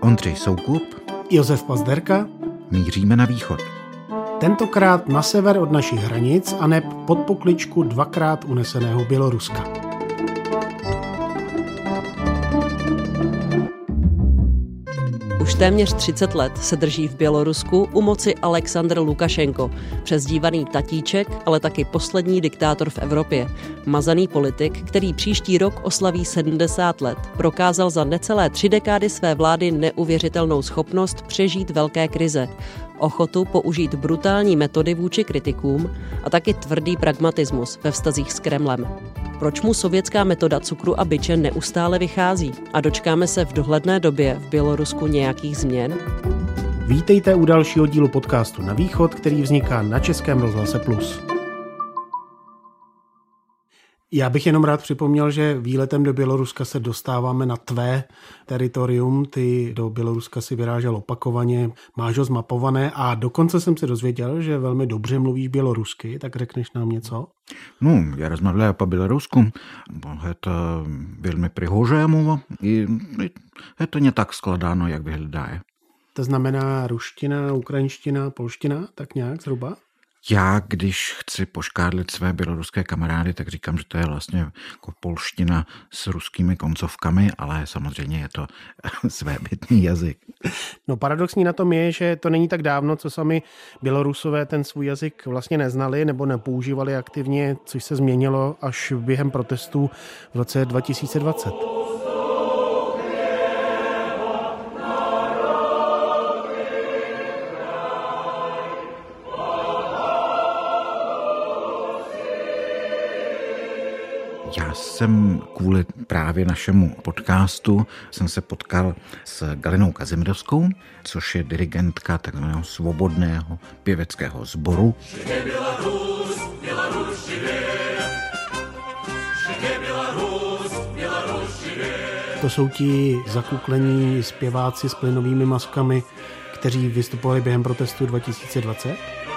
Ondřej Soukup, Josef Pazderka. Míříme na východ. Tentokrát na sever od našich hranic a neb pod pokličku dvakrát uneseného Běloruska. Už téměř 30 let se drží v Bělorusku u moci Alexandr Lukašenko, přezdívaný tatíček, ale taky poslední diktátor v Evropě. Mazaný politik, který příští rok oslaví 70 let, prokázal za necelé 3 dekády své vlády neuvěřitelnou schopnost přežít velké krize, ochotu použít brutální metody vůči kritikům a taky tvrdý pragmatismus ve vztazích s Kremlem. Proč mu sovětská metoda cukru a biče neustále vychází? A dočkáme se v dohledné době v Bělorusku nějakých změn? Vítejte u dalšího dílu podcastu Na východ, který vzniká na Českém rozhlase Plus. Já bych jenom rád připomněl, že výletem do Běloruska se dostáváme na tvé teritorium. Ty do Běloruska si vyrážel opakovaně, máš ho zmapované a dokonce jsem se dozvěděl, že velmi dobře mluvíš bělorusky, tak řekneš nám něco? No, já rozmluvляю по-белоруску. Это velmi пригожая мова, и это не так складано, jak vyhledá. To znamená ruština, ukrajinština, polština, tak nějak zhruba? Já, když chci poškádlit své běloruské kamarády, tak říkám, že to je vlastně jako polština s ruskými koncovkami, ale samozřejmě je to svébytný jazyk. No paradoxní na tom je, že to není tak dávno, co sami Bělorusové ten svůj jazyk vlastně neznali nebo nepoužívali aktivně, což se změnilo až během protestů v roce 2020. Já jsem kvůli právě našemu podcastu jsem se potkal s Galinou Kazimirovskou, což je dirigentka takzvaného svobodného pěveckého sboru. To jsou ti zakuklení zpěváci s plynovými maskami, kteří vystupovali během protestu 2020?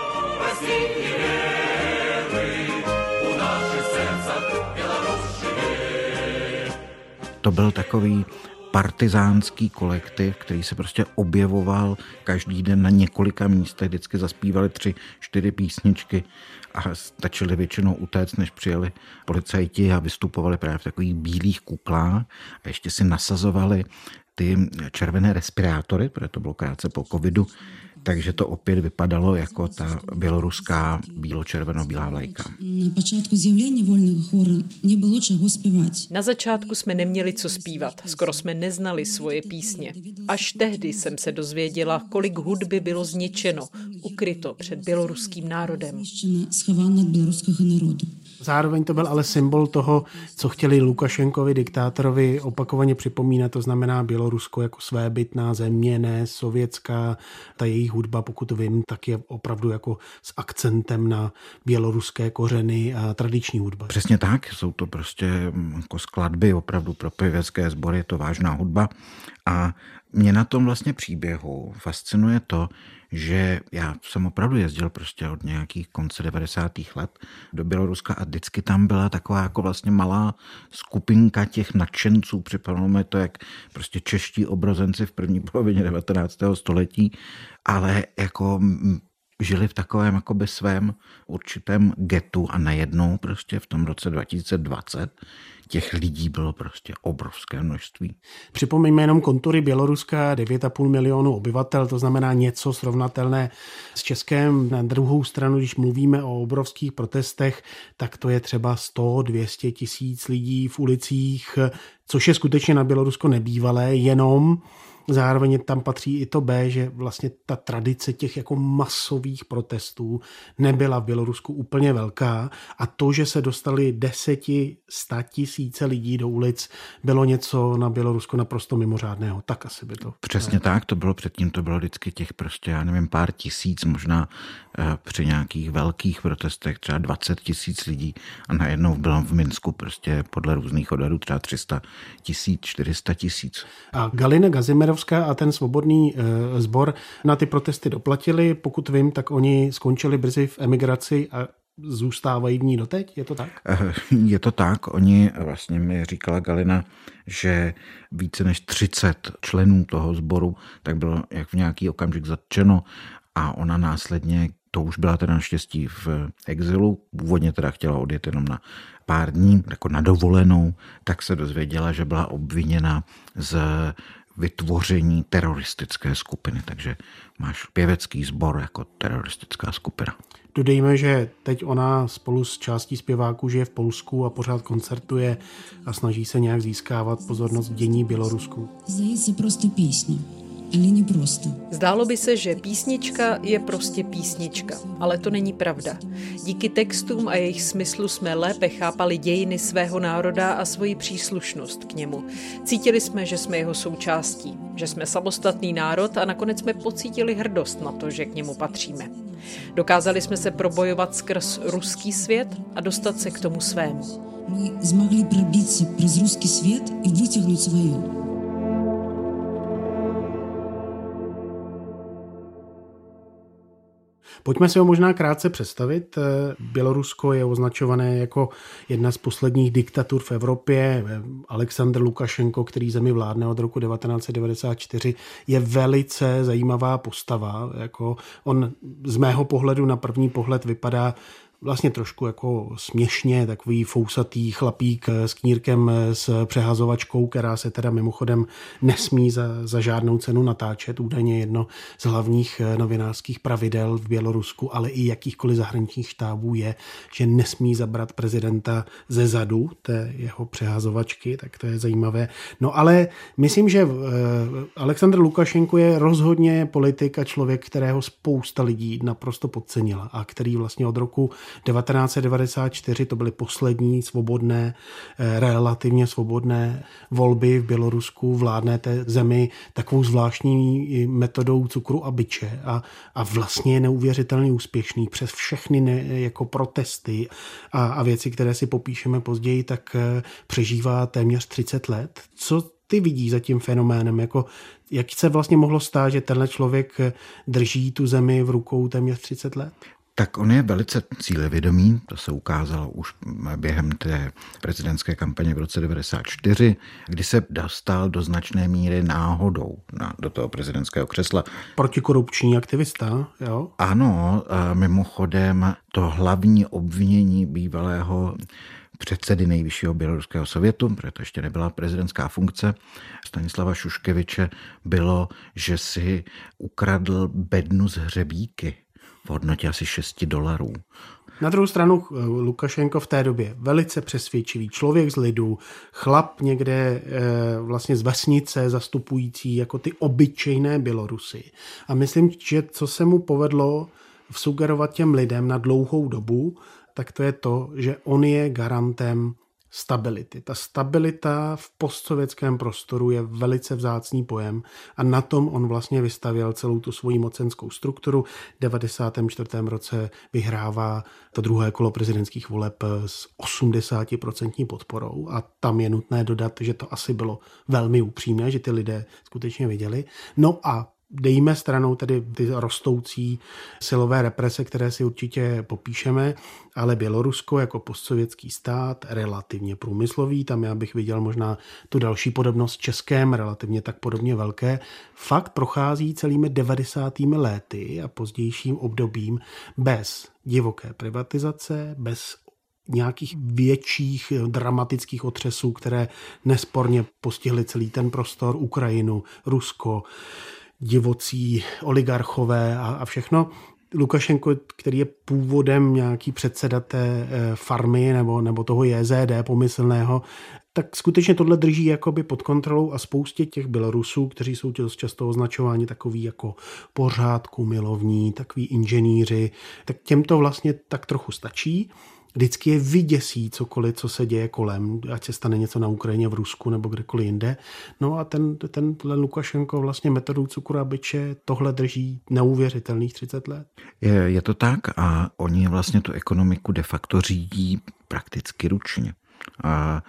To byl takový partizánský kolektiv, který se prostě objevoval každý den na několika místech, vždycky zaspívali 3-4 písničky a stačili většinou utéct, než přijeli policajti a vystupovali právě v takových bílých kuklách a ještě si nasazovali ty červené respirátory, protože to bylo krátce po covidu, takže to opět vypadalo jako ta běloruská bílo-červeno-bílá vlajka. Na začátku jsme neměli co zpívat, skoro jsme neznali svoje písně. Až tehdy jsem se dozvěděla, kolik hudby bylo zničeno, ukryto před běloruským národem. Zároveň to byl ale symbol toho, co chtěli Lukašenkovi, diktátorovi, opakovaně připomínat, to znamená Bělorusko jako svébytná země, ne sovětská. Ta jejich hudba, pokud vím, tak je opravdu jako s akcentem na běloruské kořeny a tradiční hudba. Přesně tak, jsou to prostě jako skladby opravdu pro pěvecké sbory, je to vážná hudba a mě na tom vlastně příběhu fascinuje to, že já jsem opravdu jezdil prostě od nějakých konce 90. let do Běloruska a vždycky tam byla taková jako vlastně malá skupinka těch nadšenců. Připadalo mi to, jak prostě čeští obrozenci v první polovině 19. století, ale jako žili v takovém jakoby svém určitém getu a najednou prostě v tom roce 2020 těch lidí bylo prostě obrovské množství. Připomeňme jenom kontury Běloruska, 9,5 milionu obyvatel, to znamená něco srovnatelné s Českem. Na druhou stranu, když mluvíme o obrovských protestech, tak to je třeba 100-200 tisíc lidí v ulicích, což je skutečně na Bělorusko nebývalé, jenom zároveň tam patří i to B, že vlastně ta tradice těch jako masových protestů nebyla v Bělorusku úplně velká a to, že se dostali 10-100 tisíce lidí do ulic, bylo něco na Bělorusku naprosto mimořádného. Tak asi by to. Přesně tak, to bylo předtím, to bylo vždycky těch prostě, já nevím, pár tisíc, možná při nějakých velkých protestech třeba 20 tisíc lidí a najednou bylo v Minsku prostě podle různých odhadů třeba 300 tisíc, 400 tisíc. A Galina Kazimirovská a ten svobodný sbor na ty protesty doplatili. Pokud vím, tak oni skončili brzy v emigraci a zůstávají v ní doteď, je to tak? Je to tak, oni vlastně mi říkala Galina, že více než 30 členů toho sboru tak bylo jak v nějaký okamžik zatčeno a ona následně, to už byla teda naštěstí v exilu, původně teda chtěla odjet jenom na pár dní, jako na dovolenou, tak se dozvěděla, že byla obviněna z vytvoření teroristické skupiny, takže máš pěvecký sbor jako teroristická skupina. Dodejme, že teď ona spolu s částí zpěváků žije v Polsku a pořád koncertuje a snaží se nějak získávat pozornost v dění Bělorusku. Zdající prostě písně. Ale не просто. Zdálo by se, že písnička je prostě písnička, ale to není pravda. Díky textům a jejich smyslu jsme lépe chápali dějiny svého národa a svoji příslušnost k němu. Cítili jsme, že jsme jeho součástí, že jsme samostatný národ a nakonec jsme pocítili hrdost na to, že k němu patříme. Dokázali jsme se probojovat skrz ruský svět a dostat se k tomu svému. My zmogli probít se přes ruský svět i vytáhnout svoje. Pojďme si ho možná krátce představit. Bělorusko je označované jako jedna z posledních diktatur v Evropě. Aleksandr Lukašenko, který zemi vládne od roku 1994, je velice zajímavá postava. Jako on z mého pohledu na první pohled vypadá vlastně trošku jako směšně, takový fousatý chlapík s knírkem s přehazovačkou, která se teda mimochodem nesmí za žádnou cenu natáčet. Údajně jedno z hlavních novinářských pravidel v Bělorusku, ale i jakýchkoliv zahraničních štábů je, že nesmí zabrat prezidenta ze zadu té jeho přehazovačky, tak to je zajímavé. No ale myslím, že Aleksandr Lukašenko je rozhodně politik a člověk, kterého spousta lidí naprosto podcenila a který vlastně od roku 1994 to byly poslední svobodné, relativně svobodné volby v Bělorusku, vládne té zemi takovou zvláštní metodou cukru a biče a vlastně je neuvěřitelně úspěšný přes všechny jako protesty a věci, které si popíšeme později, tak přežívá téměř 30 let. Co ty vidíš za tím fenoménem? Jako, jak se vlastně mohlo stát, že tenhle člověk drží tu zemi v rukou téměř 30 let? Tak on je velice cílevědomý, to se ukázalo už během té prezidentské kampaně v roce 1994, kdy se dostal do značné míry náhodou do toho prezidentského křesla. Protikorupční aktivista, jo? Ano, mimochodem to hlavní obvinění bývalého předsedy nejvyššího běloruského sovětu, protože to ještě nebyla prezidentská funkce, Stanislava Šuškeviče, bylo, že si ukradl bednu z hřebíky v hodnotě asi $6. Na druhou stranu Lukašenko v té době velice přesvědčivý člověk z lidu, chlap někde vlastně z vesnice zastupující jako ty obyčejné Bělorusy. A myslím, že co se mu povedlo vsugerovat těm lidem na dlouhou dobu, tak to je to, že on je garantem stability. Ta stabilita v postsovětském prostoru je velice vzácný pojem a na tom on vlastně vystavěl celou tu svoji mocenskou strukturu. V 94. roce vyhrává to druhé kolo prezidentských voleb s 80% podporou a tam je nutné dodat, že to asi bylo velmi upřímné, že ty lidé skutečně viděli. No a dejme stranou tedy ty rostoucí silové represe, které si určitě popíšeme, ale Bělorusko jako postsovětský stát, relativně průmyslový, tam já bych viděl možná tu další podobnost s Českém, relativně tak podobně velké, fakt prochází celými 90. léty a pozdějším obdobím bez divoké privatizace, bez nějakých větších dramatických otřesů, které nesporně postihly celý ten prostor, Ukrajinu, Rusko, divocí oligarchové a všechno. Lukašenko, který je původem nějaký předseda té farmy nebo toho JZD pomyslného, tak skutečně tohle drží jakoby pod kontrolou a spoustě těch Bělorusů, kteří jsou často označováni takový jako pořádku milovní, takový inženýři, tak těm to vlastně tak trochu stačí. Vždycky je vyděsí cokoliv, co se děje kolem, ať se stane něco na Ukrajině, v Rusku nebo kdekoliv jinde. No a ten Lukašenko vlastně metodou cukru a biče tohle drží neuvěřitelných 30 let. Je to tak a oni vlastně tu ekonomiku de facto řídí prakticky ručně. A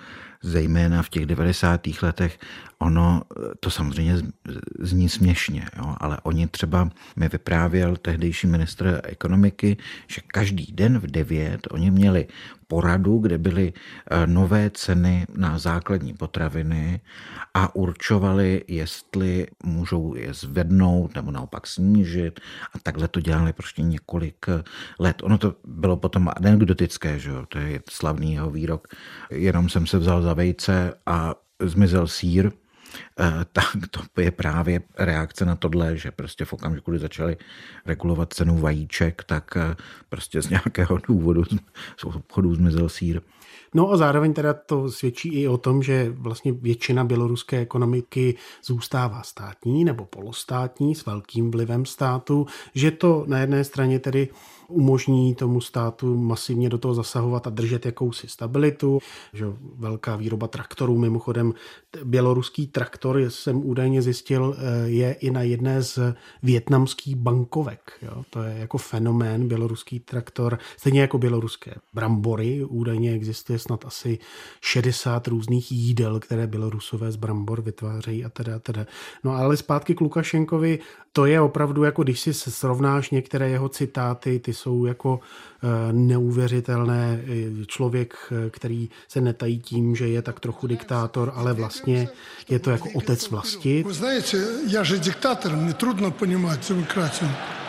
zejména v těch 90. letech, ono to samozřejmě zní směšně, jo, ale oni třeba mi vyprávěl tehdejší ministr ekonomiky, že každý den v 9 oni měli poradu, kde byly nové ceny na základní potraviny a určovali, jestli můžou je zvednout nebo naopak snížit a takhle to dělali prostě několik let. Ono to bylo potom anekdotické, že jo, to je slavný jeho výrok, jenom jsem se vzal za vejce a zmizel sýr, tak to je právě reakce na tohle, že prostě v okamžiku, kdy začali regulovat cenu vajíček, tak prostě z nějakého důvodu z obchodů zmizel sýr. No a zároveň teda to svědčí i o tom, že vlastně většina běloruské ekonomiky zůstává státní nebo polostátní s velkým vlivem státu, že to na jedné straně tedy umožní tomu státu masivně do toho zasahovat a držet jakousi stabilitu. Že velká výroba traktorů, mimochodem běloruský traktor, jsem údajně zjistil, je i na jedné z vietnamských bankovek. Jo? To je jako fenomén běloruský traktor, stejně jako běloruské brambory. Údajně existuje snad asi 60 různých jídel, které Bělorusové z brambor vytvářejí a teda. No ale zpátky k Lukašenkovi, to je opravdu jako, když si srovnáš některé jeho citáty, ty jsou jako neuvěřitelné. Člověk, který se netají tím, že je tak trochu diktátor, ale vlastně je to jako otec vlasti. Vy znáte, já že diktátor, mě trudno ponímat demokracii.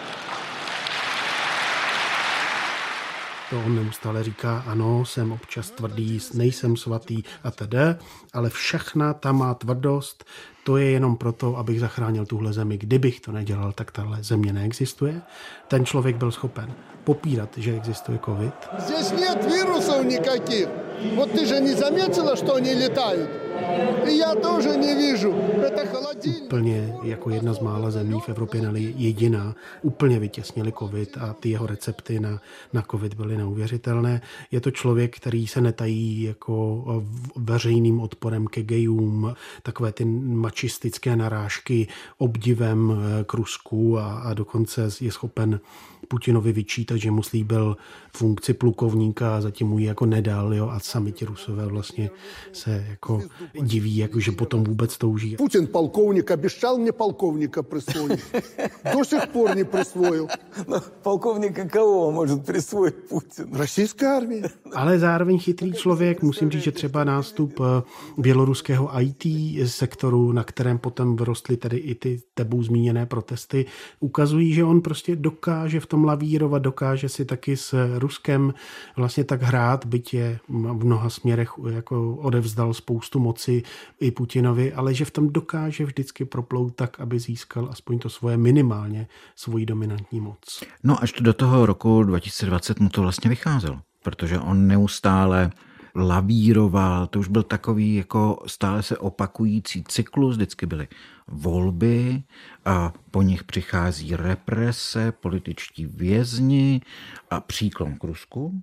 To on neustále říká, ano, jsem občas tvrdý, nejsem svatý a teda, ale všechna ta má tvrdost, to je jenom proto, abych zachránil tuhle zemi. Kdybych to nedělal, tak tahle země neexistuje. Ten člověk byl schopen popírat, že existuje covid. Здесь нет вирусов никаких. Вот ты же не заметила, что они летают? И я тоже не вижу. Это холодильник. Úplně jako jedna z mála zemí v Evropě, neli jediná, úplně vytěsnili covid a ty jeho recepty na covid byly neuvěřitelné. Je to člověk, který se netají jako veřejným odporem ke gejům, takové ty mačistické narážky obdivem k Rusku a dokonce je schopen Putinovi vyčítat, že mu slíbil funkci plukovníka a zatím mu ji jako nedal, jo, a sami ti Rusové vlastně se jako diví, jako, že potom vůbec touží. Putin полковник обещал мне полковника присвоить. До сих пор не присвоил. Полковника кого может присвоить Путин? Российской армии. Ale zároveň chytrý člověk, musím říct, že třeba nástup běloruského IT sektoru, na kterém potom vyrostly tedy i ty tebou zmíněné protesty, ukazují, že on prostě dokáže v tom lavírovat, dokáže si taky s Ruskem vlastně tak hrát, byť je v mnoha směrech jako odevzdal spoustu moci i Putinovi, ale že v tom dokáže vždycky proplout tak, aby získal aspoň to svoje minimálně svoji dominantní moc. No až do toho roku 2020 mu to vlastně vycházelo, protože on neustále lavíroval, to už byl takový jako stále se opakující cyklus, vždycky byly volby a po nich přichází represe, političtí vězni a příklon k Rusku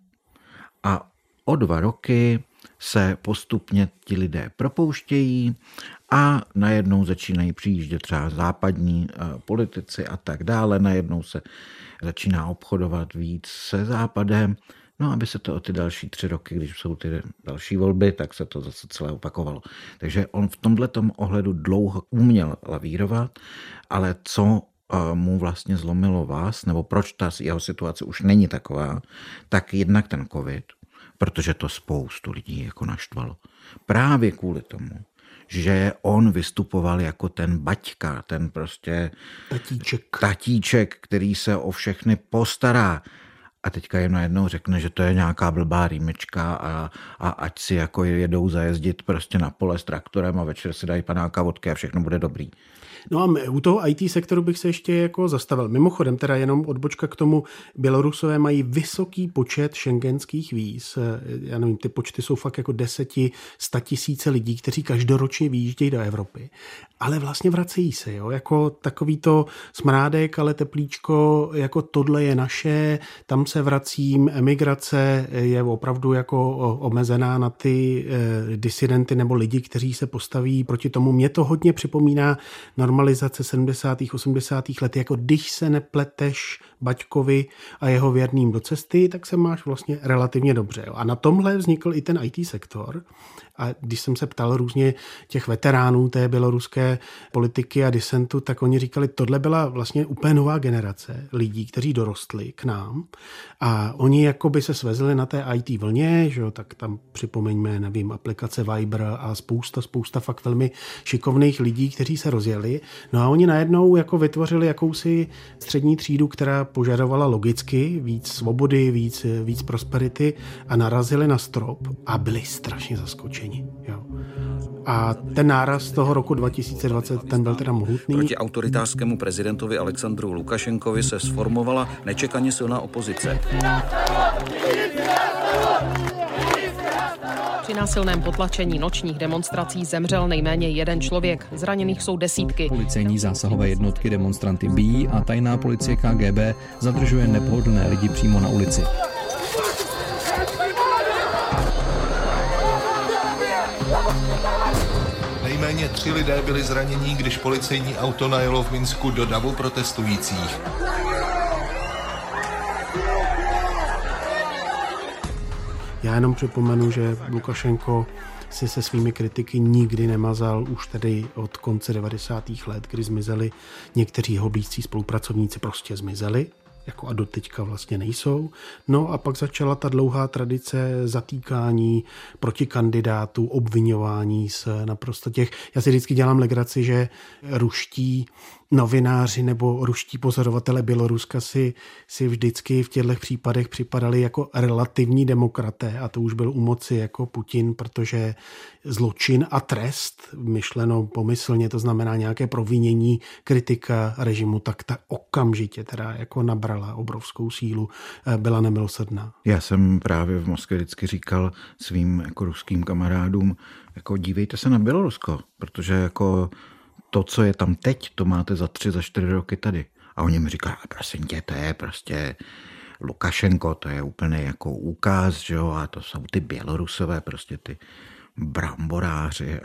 a o 2 roky se postupně ti lidé propouštějí a najednou začínají přijíždět třeba západní politici a tak dále, najednou se začíná obchodovat víc se západem. No, aby se to o ty další 3 roky, když jsou ty další volby, tak se to zase celé opakovalo. Takže on v tomhletom ohledu dlouho uměl lavírovat, ale co mu vlastně zlomilo vás, nebo proč ta jeho situace už není taková, tak jednak ten covid, protože to spoustu lidí jako naštvalo. Právě kvůli tomu, že on vystupoval jako ten baťka, ten prostě tatíček, který se o všechny postará. A teďka jim najednou řekne, že to je nějaká blbá rýmička a ať si jako jedou zajezdit prostě na pole s traktorem a večer si dají panáka vodky a všechno bude dobrý. No a u toho IT sektoru bych se ještě jako zastavil. Mimochodem, teda jenom odbočka k tomu, Bělorusové mají vysoký počet schengenských víz. Já nevím, ty počty jsou fakt jako 100 tisíce lidí, kteří každoročně vyjíždějí do Evropy. Ale vlastně vracejí se, jo, jako takový to smrádek, ale teplíčko, jako tohle je naše, tam se vracím, emigrace je opravdu jako omezená na ty disidenty nebo lidi, kteří se postaví proti tomu. Mě to hodně připomíná normalizace 70. 80. let, jako když se nepleteš Baťkovi a jeho věrným do cesty, tak se máš vlastně relativně dobře. Jo. A na tomhle vznikl i ten IT sektor A když jsem se ptal různě těch veteránů té běloruské politiky a disentu, tak oni říkali, tohle byla vlastně úplně nová generace lidí, kteří dorostli k nám a oni jakoby se svezli na té IT vlně, že jo, tak tam připomeňme, nevím, aplikace Viber a spousta fakt velmi šikovných lidí, kteří se rozjeli. No a oni najednou jako vytvořili jakousi střední třídu, která požadovala logicky víc svobody, víc prosperity a narazili na strop a byli strašně zaskočeni. Jo. A ten náraz toho roku 2020, ten byl teda mohutný. Proti autoritářskému prezidentovi Alexandru Lukašenkovi se sformovala nečekaně silná opozice. Při násilném potlačení nočních demonstrací zemřel nejméně jeden člověk, zraněných jsou desítky. Policejní zásahové jednotky demonstranty bíjí a tajná policie KGB zadržuje nepohodlné lidi přímo na ulici. Nejméně 3 lidé byli zranění, když policejní auto najelo v Minsku do davu protestujících. Já jenom připomenu, že Lukašenko si se svými kritiky nikdy nemazal už tedy od konce 90. let, kdy zmizeli někteří jeho blízcí spolupracovníci, prostě zmizeli. Jako a doteďka vlastně nejsou. No a pak začala ta dlouhá tradice zatýkání proti kandidátů, obviňování se naprosto těch. Já si vždycky dělám legraci, že ruští novináři nebo ruští pozorovatele Běloruska si vždycky v těchto případech připadali jako relativní demokraté a to už byl u moci jako Putin, protože zločin a trest, myšleno pomyslně, to znamená nějaké provinění, kritika režimu, tak ta okamžitě teda jako nabrala obrovskou sílu, byla nemilosrdná. Já jsem právě v Moskvě vždycky říkal svým jako ruským kamarádům, jako dívejte se na Bělorusko, protože jako to, co je tam teď, to máte za 3, za 4 roky tady. A oni mi říkají, prosím tě, to je prostě Lukašenko, to je úplně jako úkaz, že jo, a to jsou ty Bělorusové, prostě ty bramboráři.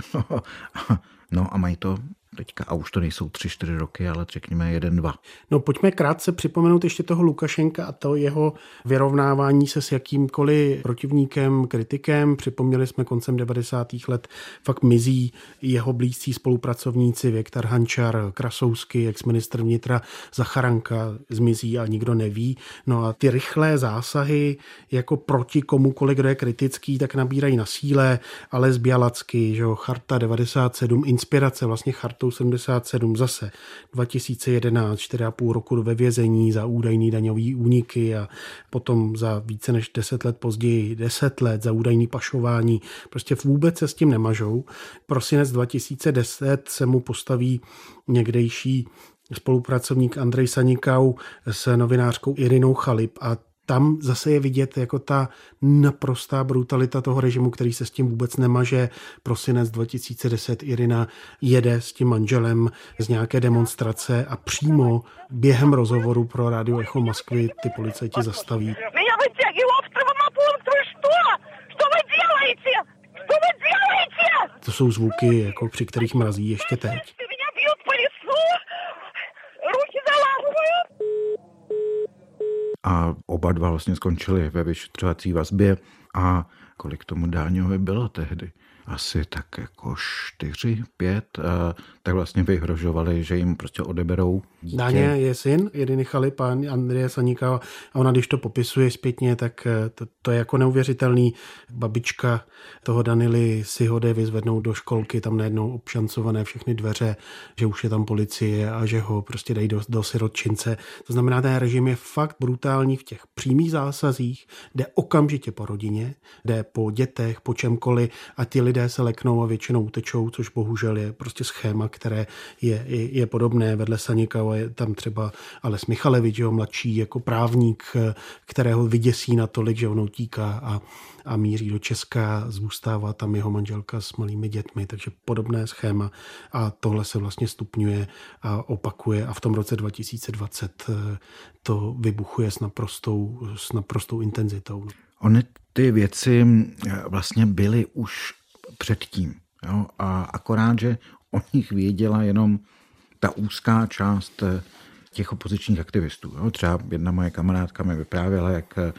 No a mají to teďka, a už to nejsou 3-4 roky, ale řekněme 1-2. No pojďme krátce připomenout ještě toho Lukašenka a to jeho vyrovnávání se s jakýmkoliv protivníkem, kritikem. Připomněli jsme koncem 90. let fakt mizí jeho blízcí spolupracovníci Viktor Hančar, Krasousky, ex-ministr vnitra Zacharanka zmizí a nikdo neví. No a ty rychlé zásahy jako proti komukoliv, kdo je kritický, tak nabírají na síle, ale z Bialacky, že jo, Charta 97, inspirace vlastně Chartou 77 zase 2011, 4,5 roku ve vězení za údajný daňový úniky a potom za více než 10 let později 10 let za údajný pašování. Prostě vůbec se s tím nemažou. Prosinec 2010 se mu postaví někdejší spolupracovník Andrej Sanikau s novinářkou Irinou Chalip a tam zase je vidět jako ta naprostá brutalita toho režimu, který se s tím vůbec nemaže. Prosinec 2010 Irina jede s tím manželem z nějaké demonstrace a přímo během rozhovoru pro rádio Echo Moskvy ty policajti zastaví. Меня вытягивают в травмопункт, вы что? Что вы делаете? Что вы делаете? To jsou zvuky, jako při kterých mrazí ještě teď. Меня бьют по лицу, руки заламывают. A oba dva vlastně skončili ve vyšetřovací vazbě a kolik tomu Dáňovi bylo tehdy? Asi tak jako 4, 5, tak vlastně vyhrožovali, že jim prostě odeberou dítě. Dáně je syn Iriny Chalip a Andreje Saníka a ona, když to popisuje zpětně, tak to je jako neuvěřitelný. Babička toho Danily si ho jde vyzvednout do školky, tam najednou obšancované všechny dveře, že už je tam policie a že ho prostě dají do sirotčince. To znamená, ten režim je fakt brutální v těch přímých zásazích, jde okamžitě po rodině, jde po dětech, po čemkoliv a ti lidé se leknou a většinou utečou, což bohužel je prostě schéma, které je podobné. Vedle Sanikava je tam třeba Ales Michalevič, jeho mladší jako právník, kterého vyděsí natolik, že on utíká a míří do Česka, zůstává tam jeho manželka s malými dětmi, takže podobné schéma a tohle se vlastně stupňuje a opakuje a v tom roce 2020 to vybuchuje s naprostou intenzitou. Ony ty věci vlastně byly už předtím, jo? A akorát, že o nich věděla jenom ta úzká část těch opozičních aktivistů. Jo? Třeba jedna moje kamarádka mi vyprávěla, jak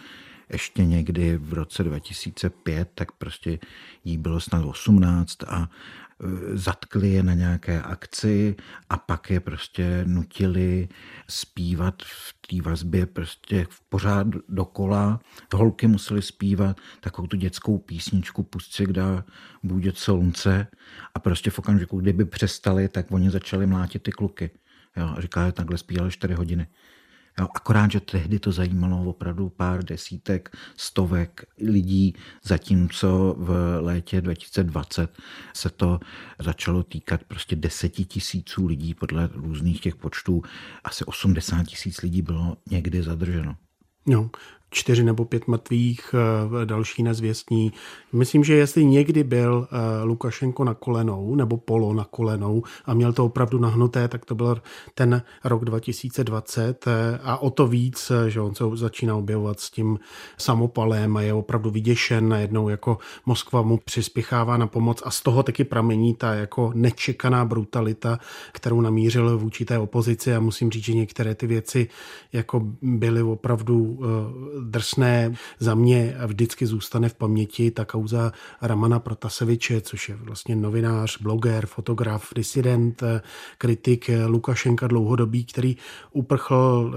ještě někdy v roce 2005, tak prostě jí bylo snad 18 a zatkli je na nějaké akci a pak je prostě nutili zpívat v té vazbě prostě pořád dokola. Holky musely zpívat takovou tu dětskou písničku Pusť si dá bůdět slunce a prostě v okamžiku, kdyby přestali, tak oni začali mlátit ty kluky. Jo, a říkali, takhle zpívali 4 hodiny. Jo, akorát, že tehdy to zajímalo opravdu pár desítek, stovek lidí, zatímco v létě 2020 se to začalo týkat prostě 10 000 lidí, podle různých těch počtů asi 80 000 lidí bylo někdy zadrženo. No, 4 nebo 5 mrtvých, další nezvěstní. Myslím, že jestli někdy byl Lukašenko na kolenou nebo Polo na kolenou a měl to opravdu nahnuté, tak to byl ten rok 2020 a o to víc, že on se začíná objevovat s tím samopalem a je opravdu vyděšen, najednou jako Moskva mu přispěchává na pomoc a z toho taky pramení ta jako nečekaná brutalita, kterou namířil vůči té opozici a musím říct, že některé ty věci jako byly opravdu drsné. Za mě vždycky zůstane v paměti ta kauza Ramana Protaseviče, což je vlastně novinář, bloger, fotograf, disident, kritik Lukašenka dlouhodobý, který uprchl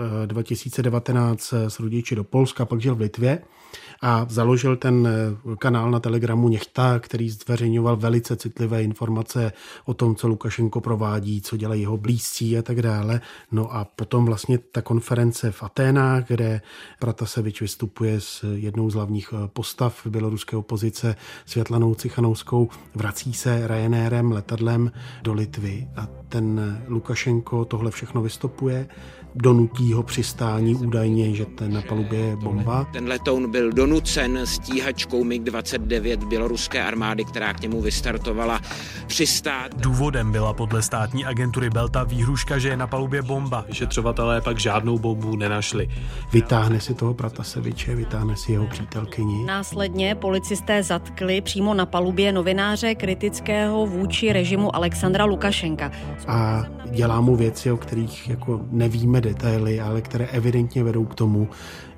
2019 s rodiči do Polska, pak žil v Litvě a založil ten kanál na Telegramu Něchta, který zveřejňoval velice citlivé informace o tom, co Lukašenko provádí, co dělají jeho blízcí a tak dále. No a potom vlastně ta konference v Aténách, kde Protasevič vystupuje s jednou z hlavních postav běloruské opozice, Světlanou Cichanouskou, vrací se Ryanairem, letadlem do Litvy a ten Lukašenko tohle všechno vystopuje, donutí ho přistání údajně, že na palubě je bomba. Ten letoun byl donucen stíhačkou MiG-29 běloruské armády, která k němu vystartovala, přistát. Důvodem byla podle státní agentury Belta výhruška, že je na palubě bomba. Vyšetřovatelé pak žádnou bombu nenašli. Vytáhne si toho Protaseviče, vytáhne si jeho přítelkyni. Následně policisté zatkli přímo na palubě novináře kritického vůči režimu Alexandra Lukašenka. A dělá mu věci, o kterých jako nevíme detaily, ale které evidentně vedou k tomu,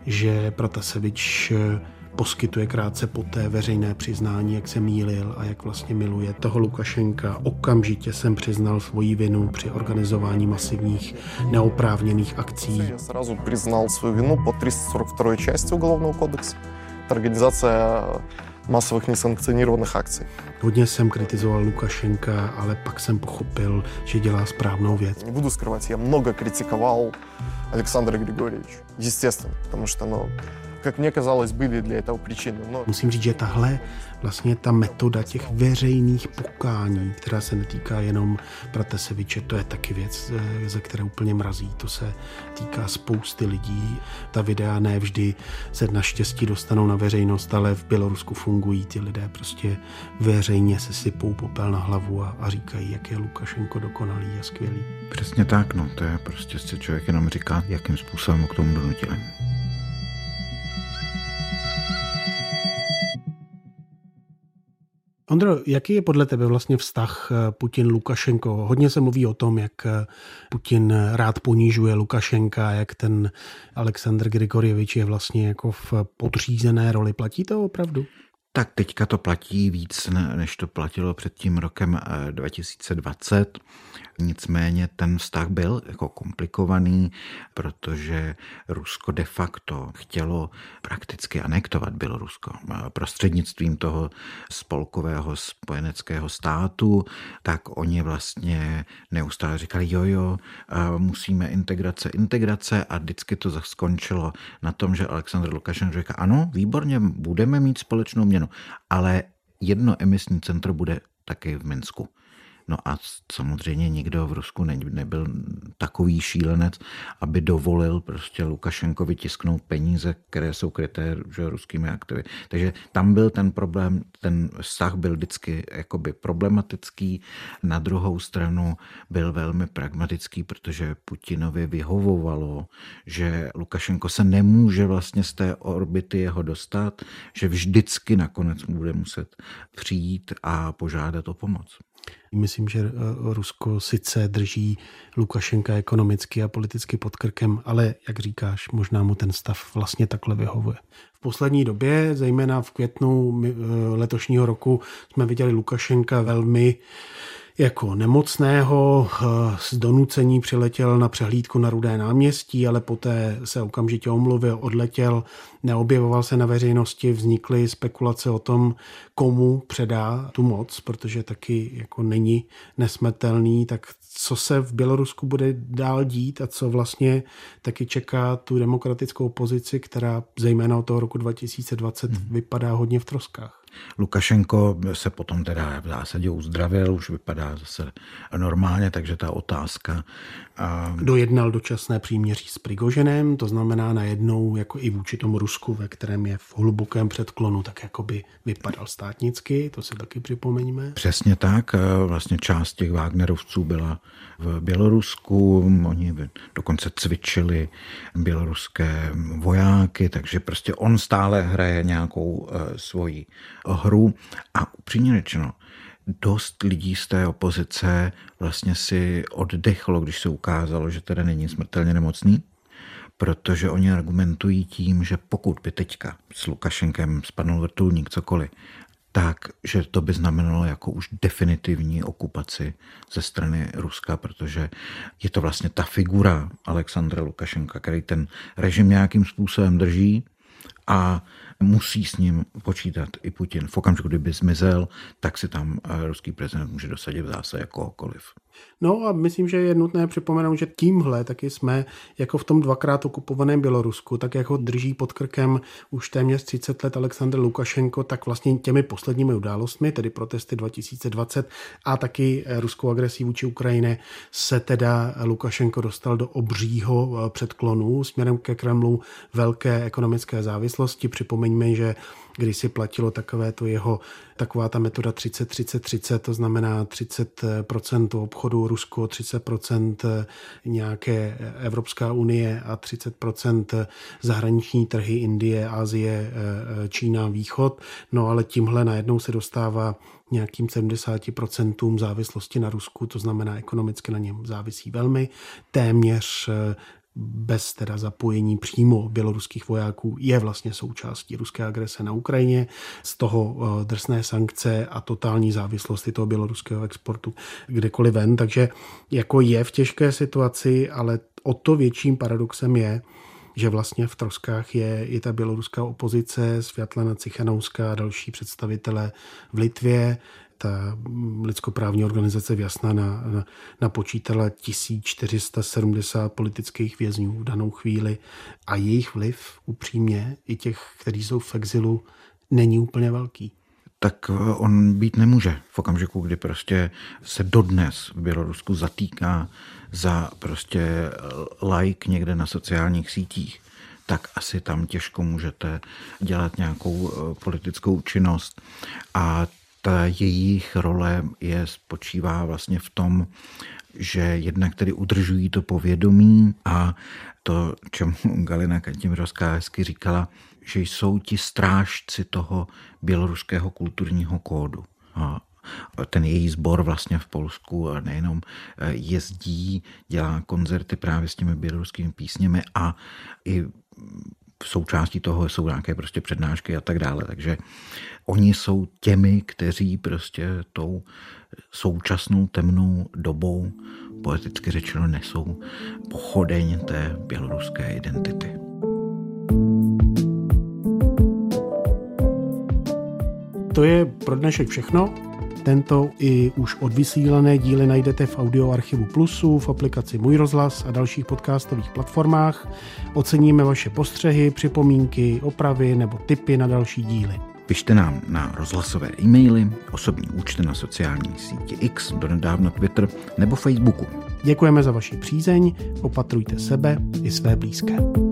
že Protasevič poskytuje krátce poté veřejné přiznání, jak se mýlil a jak vlastně miluje toho Lukašenka. Okamžitě jsem přiznal svoji vinu při organizování masivních neoprávněných akcí. Já srazu přiznal svou vinu po 342. části Uголовного kodexu. Organizace masových nesankcionovaných akcí. Hodně jsem kritizoval Lukašenka, ale pak jsem pochopil, že dělá správnou věc. Nebudu skrývat, já mnoho kritikoval Alexandra Grigorieviče. Естественно, потому что, как мне казалось, были для этого причины. Musím říct, že tahle vlastně ta metoda těch veřejných pokání, která se netýká jenom Protaseviče, to je taky věc, ze které úplně mrazí. To se týká spousty lidí. Ta videa ne vždy se naštěstí dostanou na veřejnost, ale v Bělorusku fungují ty lidé. Prostě veřejně se sypou popel na hlavu a říkají, jak je Lukašenko dokonalý a skvělý. Přesně tak, no. To je prostě si člověk jenom říká, jakým způsobem k tomu donutili. Ondro, jaký je podle tebe vlastně vztah Putin-Lukašenko? Hodně se mluví o tom, jak Putin rád ponížuje Lukašenka, jak ten Alexandr Grigorievič je vlastně jako v podřízené roli. Platí to opravdu? Tak teďka to platí víc, než to platilo před tím rokem 2020. Nicméně ten vztah byl jako komplikovaný, protože Rusko de facto chtělo prakticky anektovat Bělorusko prostřednictvím toho spolkového spojeneckého státu, tak oni vlastně neustále říkali jo, musíme integrace a vždycky to skončilo na tom, že Alexandr Lukašenko říká ano, výborně, budeme mít společnou měnu, ale jedno emisní centrum bude taky v Minsku. No a samozřejmě nikdo v Rusku nebyl takový šílenec, aby dovolil prostě Lukašenkovi tisknout peníze, které jsou kryté ruskými aktivy. Takže tam byl ten problém, ten vztah byl vždycky jakoby problematický. Na druhou stranu byl velmi pragmatický, protože Putinovi vyhovovalo, že Lukašenko se nemůže vlastně z té orbity jeho dostat, že vždycky nakonec bude muset přijít a požádat o pomoc. Myslím, že Rusko sice drží Lukašenka ekonomicky a politicky pod krkem, ale jak říkáš, možná mu ten stav vlastně takhle vyhovuje. V poslední době, zejména v květnu letošního roku, jsme viděli Lukašenka velmi jako nemocného, z donucení přiletěl na přehlídku na Rudé náměstí, ale poté se okamžitě omluvil, odletěl, neobjevoval se na veřejnosti, vznikly spekulace o tom, komu předá tu moc, protože taky jako není nesmrtelný, tak co se v Bělorusku bude dál dít a co vlastně taky čeká tu demokratickou opozici, která zejména od toho roku 2020 vypadá hodně v troskách. Lukašenko se potom teda v zásadě uzdravil, už vypadá zase normálně, takže ta otázka... Dojednal dočasné příměří s Prigoženem, to znamená najednou jako i vůči tomu Rusku, ve kterém je v hlubokém předklonu, tak jako by vypadal státnicky, to si taky připomeňme. Přesně tak, vlastně část těch Wagnerovců byla v Bělorusku, oni dokonce cvičili běloruské vojáky, takže prostě on stále hraje nějakou svoji hru a upřímně řečeno, dost lidí z té opozice vlastně si oddechlo, když se ukázalo, že teda není smrtelně nemocný, protože oni argumentují tím, že pokud by teďka s Lukašenkem spadnul vrtulník, cokoliv, tak, že to by znamenalo jako už definitivní okupaci ze strany Ruska, protože je to vlastně ta figura Alexandra Lukašenka, který ten režim nějakým způsobem drží a musí s ním počítat i Putin. V okamžiku, kdyby zmizel, tak si tam ruský prezident může dosadit v zásadě kohokoliv. No a myslím, že je nutné připomenout, že tímhle taky jsme jako v tom dvakrát okupovaném Bělorusku, tak jako drží pod krkem už téměř 30 let Alexandr Lukašenko, tak vlastně těmi posledními událostmi, tedy protesty 2020 a taky ruskou agresí vůči Ukrajině, se teda Lukašenko dostal do obřího předklonu směrem ke Kremlu velké ekonomické závislosti. Připomeňme, že když si platilo taková ta metoda 30-30-30, to znamená 30% obchodu Rusko, 30% nějaké Evropská unie a 30% zahraniční trhy Indie, Asie, Čína, Východ. No ale tímhle najednou se dostává nějakým 70% závislosti na Rusku, to znamená ekonomicky na něm závisí velmi, téměř bez teda zapojení přímo běloruských vojáků je vlastně součástí ruské agrese na Ukrajině, z toho drsné sankce a totální závislosti toho běloruského exportu kdekoliv ven, takže jako je v těžké situaci, ale o to větším paradoxem je, že vlastně v troskách je i ta běloruská opozice, Světlana Cichanouská a další představitelé v Litvě. Ta lidskoprávní organizace Vjasna napočítala 1470 politických vězňů v danou chvíli a jejich vliv upřímně i těch, kteří jsou v exilu, není úplně velký. Tak on být nemůže v okamžiku, kdy prostě se dodnes v Bělorusku zatýká za prostě like někde na sociálních sítích, tak asi tam těžko můžete dělat nějakou politickou činnost. A ta jejich role spočívá vlastně v tom, že jednak tedy udržují to povědomí a to, čemu Galina Kantimirovská hezky říkala, že jsou ti strážci toho běloruského kulturního kódu. A ten její sbor vlastně v Polsku a nejenom jezdí, dělá koncerty právě s těmi běloruskými písněmi a i v součástí toho jsou nějaké prostě přednášky a tak dále. Takže oni jsou těmi, kteří prostě tou současnou temnou dobou, poeticky řečeno, nesou pochodeň té běloruské identity. To je pro dnešek všechno. Tento i už odvysílané díly najdete v audioarchivu Plusu, v aplikaci Můj rozhlas a dalších podcastových platformách. Oceníme vaše postřehy, připomínky, opravy nebo tipy na další díly. Pište nám na rozhlasové e-maily, osobní účty na sociální síti X, donedávna Twitter nebo Facebooku. Děkujeme za vaši přízeň, opatrujte sebe i své blízké.